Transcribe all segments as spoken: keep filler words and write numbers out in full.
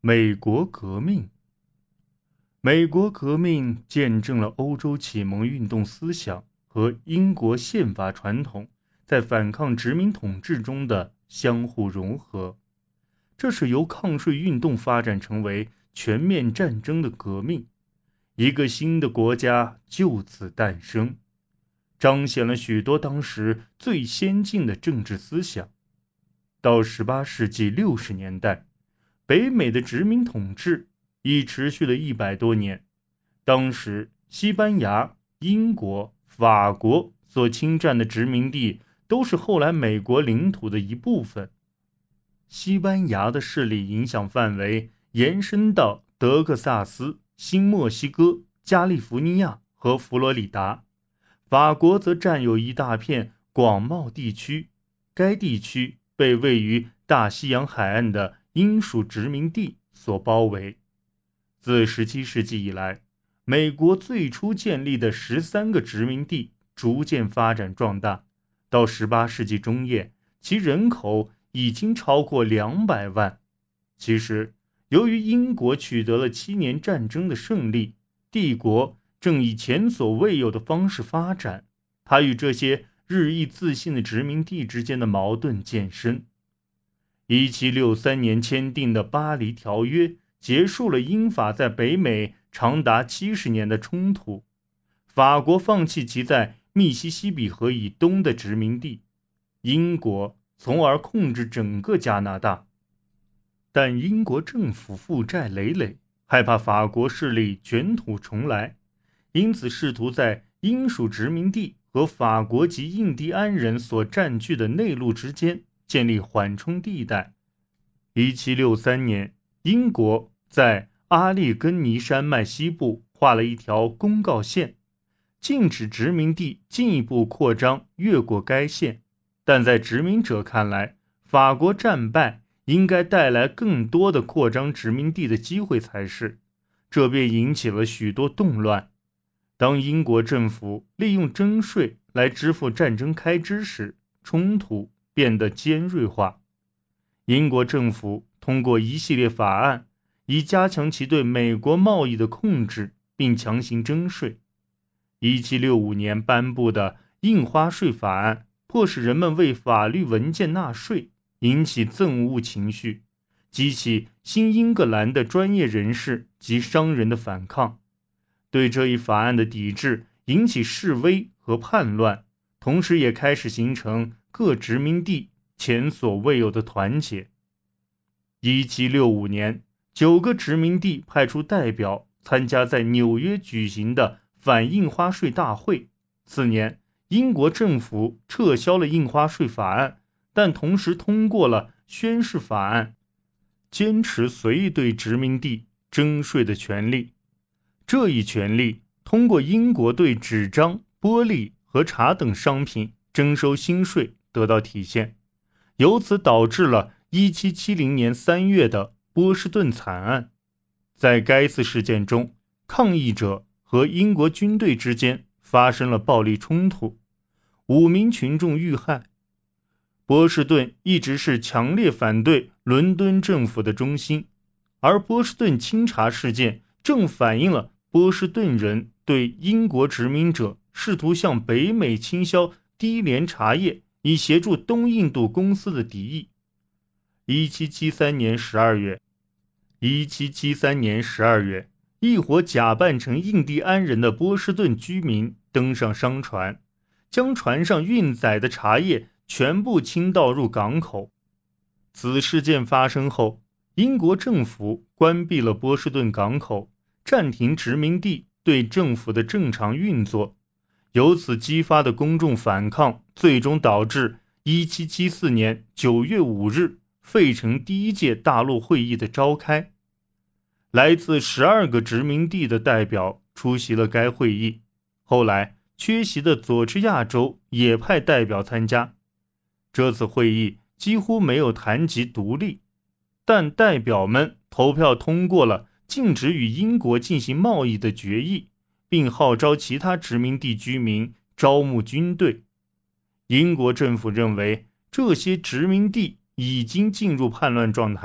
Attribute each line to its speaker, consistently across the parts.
Speaker 1: 美国革命。美国革命见证了欧洲启蒙运动思想和英国宪法传统在反抗殖民统治中的相互融合。这是由抗税运动发展成为全面战争的革命，一个新的国家就此诞生，彰显了许多当时最先进的政治思想。到十八世纪六十年代，北美的殖民统治已持续了一百多年。当时西班牙、英国、法国所侵占的殖民地都是后来美国领土的一部分。西班牙的势力影响范围延伸到德克萨斯、新墨西哥、加利福尼亚和佛罗里达，法国则占有一大片广袤地区，该地区被位于大西洋海岸的英属殖民地所包围。自十七世纪以来，美国最初建立的十三个殖民地逐渐发展壮大，到十八世纪中叶，其人口已经超过两百万。其实，由于英国取得了七年战争的胜利，帝国正以前所未有的方式发展，它与这些日益自信的殖民地之间的矛盾渐深。一七六三年签订的巴黎条约结束了英法在北美长达七十年的冲突，法国放弃其在密西西比河以东的殖民地，英国从而控制整个加拿大。但英国政府负债累累，害怕法国势力卷土重来，因此试图在英属殖民地和法国及印第安人所占据的内陆之间建立缓冲地带。一七六三年，英国在阿利根尼山脉西部画了一条公告线，禁止殖民地进一步扩张越过该线。但在殖民者看来，法国战败应该带来更多的扩张殖民地的机会才是，这便引起了许多动乱。当英国政府利用征税来支付战争开支时，冲突变得尖锐化。英国政府通过一系列法案，以加强其对美国贸易的控制，并强行征税。一七六五年颁布的印花税法案迫使人们为法律文件纳税，引起憎恶情绪，激起新英格兰的专业人士及商人的反抗。对这一法案的抵制引起示威和叛乱，同时也开始形成各殖民地前所未有的团结。一七六五年，九个殖民地派出代表参加在纽约举行的反印花税大会。次年，英国政府撤销了印花税法案，但同时通过了宣誓法案，坚持随意对殖民地征税的权利。这一权利通过英国对纸张、玻璃和茶等商品征收新税得到体现，由此导致了一七七零年三月的波士顿惨案。在该次事件中，抗议者和英国军队之间发生了暴力冲突，五名群众遇害。波士顿一直是强烈反对伦敦政府的中心，而波士顿清查事件正反映了波士顿人对英国殖民者试图向北美倾销低廉茶叶以协助东印度公司的敌意。一七七三年十二月，一七七三年十二月，一伙假扮成印第安人的波士顿居民登上商船，将船上运载的茶叶全部倾倒入港口。此事件发生后，英国政府关闭了波士顿港口，暂停殖民地对政府的正常运作。由此激发的公众反抗，最终导致一七七四年九月五日费城第一届大陆会议的召开。来自十二个殖民地的代表出席了该会议，后来缺席的佐治亚州也派代表参加。这次会议几乎没有谈及独立，但代表们投票通过了禁止与英国进行贸易的决议，并号召其他殖民地居民招募军队。英国政府认为这些殖民地已经进入叛乱状态，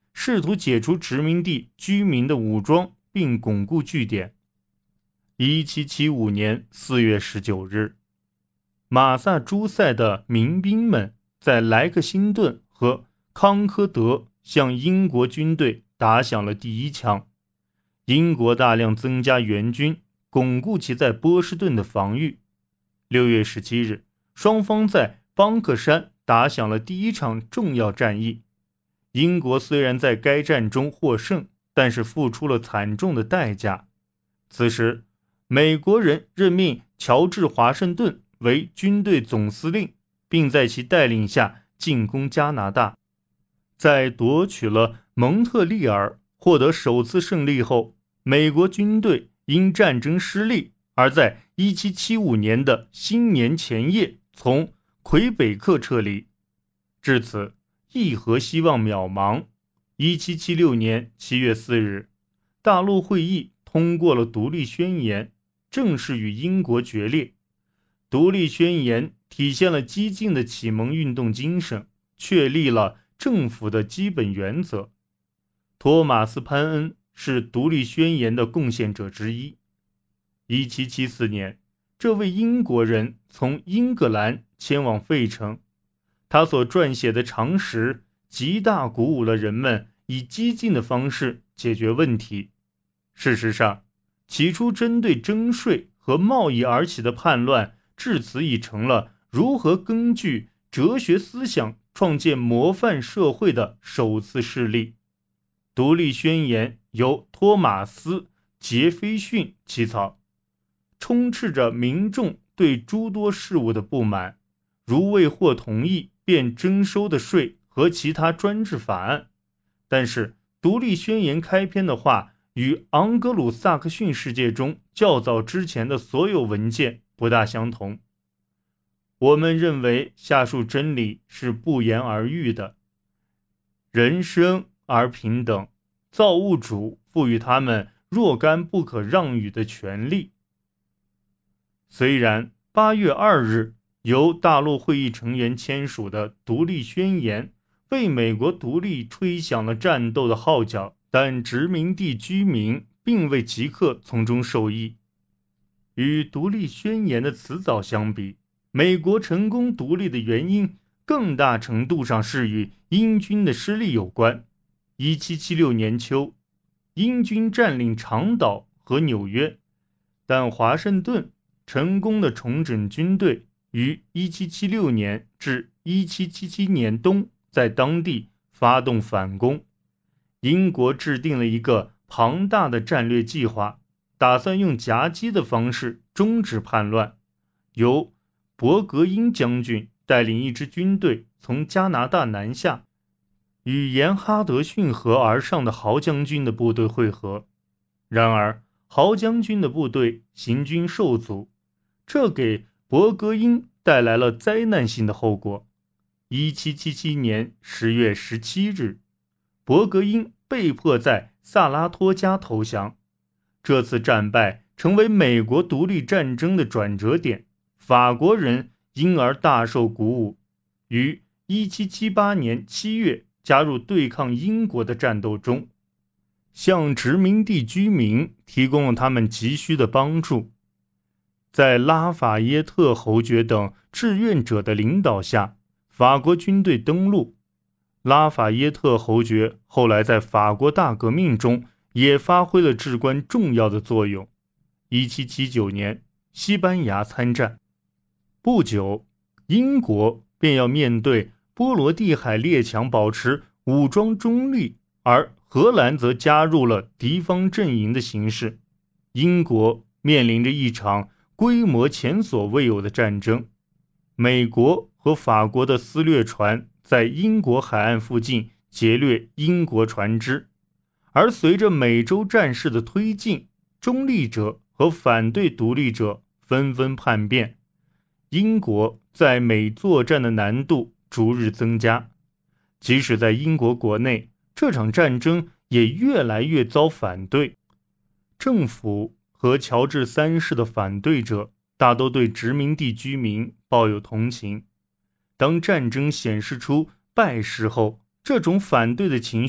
Speaker 1: 试图解除殖民地居民的武装并巩固据点。一七七五年四月十九日，马萨诸塞的民兵们在莱克辛顿和康科德向英国军队打响了第一枪。英国大量增加援军，巩固其在波士顿的防御。六月十七日，双方在邦克山打响了第一场重要战役。英国虽然在该战中获胜，但是付出了惨重的代价。此时，美国人任命乔治·华盛顿为军队总司令，并在其带领下进攻加拿大。在夺取了蒙特利尔，获得首次胜利后，美国军队因战争失利而在一七七五年的新年前夜从魁北克撤离。至此，议和希望渺茫。一七七六年七月四日，大陆会议通过了独立宣言，正式与英国决裂。独立宣言体现了激进的启蒙运动精神，确立了政府的基本原则。托马斯·潘恩是独立宣言的贡献者之一。一七七四年，这位英国人从英格兰迁往费城，他所撰写的长诗极大鼓舞了人们以激进的方式解决问题。事实上，起初针对征税和贸易而起的叛乱，至此已成了如何根据哲学思想创建模范社会的首次事例。独立宣言由托马斯·杰斐逊起草，充斥着民众对诸多事物的不满，如未获同意便征收的税和其他专制法案。但是独立宣言开篇的话与盎格鲁撒克逊世界中较早之前的所有文件不大相同。我们认为下述真理是不言而喻的：人生而平等，造物主赋予他们若干不可让与的权利。虽然八月二日由大陆会议成员签署的独立宣言为美国独立吹响了战斗的号角，但殖民地居民并未即刻从中受益。与独立宣言的辞藻相比，美国成功独立的原因更大程度上是与英军的失利有关。一七七六年秋，英军占领长岛和纽约，但华盛顿成功的重整军队，于一七七六年至一七七七年冬在当地发动反攻。英国制定了一个庞大的战略计划，打算用夹击的方式终止叛乱。由伯格英将军带领一支军队从加拿大南下，与沿哈德逊河而上的豪将军的部队会合。然而豪将军的部队行军受阻，这给伯格英带来了灾难性的后果。一七七七年十月十七日，伯格英被迫在萨拉托加投降。这次战败成为美国独立战争的转折点，法国人因而大受鼓舞，于一七七八年七月加入对抗英国的战斗中，向殖民地居民提供了他们急需的帮助。在拉法耶特侯爵等志愿者的领导下，法国军队登陆。拉法耶特侯爵后来在法国大革命中也发挥了至关重要的作用。一七七九年，西班牙参战，不久，英国便要面对波罗的海列强保持武装中立，而荷兰则加入了敌方阵营的形势。英国面临着一场规模前所未有的战争。美国和法国的私掠船在英国海岸附近劫掠英国船只，而随着美洲战事的推进，中立者和反对独立者纷纷叛变，英国在美作战的难度逐日增加。即使在英国国内，这场战争也越来越遭反对。政府和乔治三世的反对者大都对殖民地居民抱有同情。当战争显示出败势后，这种反对的情绪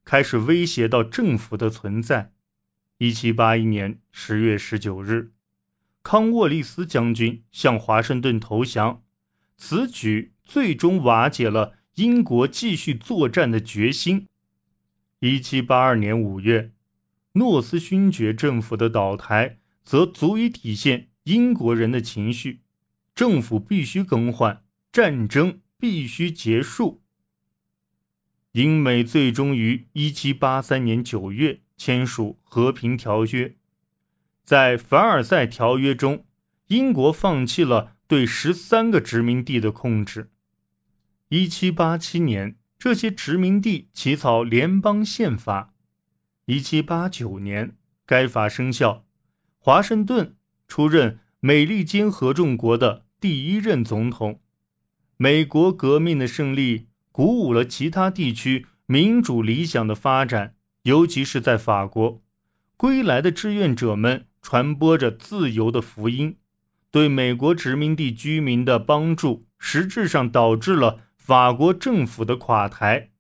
Speaker 1: 开始威胁到政府的存在。一七八一年十月十九日，康沃利斯将军向华盛顿投降，此举最终瓦解了英国继续作战的决心。一七八二年五月，诺斯勋爵政府的倒台则足以体现英国人的情绪，政府必须更换，战争必须结束。英美最终于一七八三年九月签署和平条约。在凡尔赛条约中，英国放弃了对十三个殖民地的控制。一七八七年，这些殖民地起草联邦宪法。一七八九年，该法生效，华盛顿出任美利坚合众国的第一任总统。美国革命的胜利鼓舞了其他地区民主理想的发展，尤其是在法国，归来的志愿者们传播着自由的福音，对美国殖民地居民的帮助实质上导致了法国政府的垮台。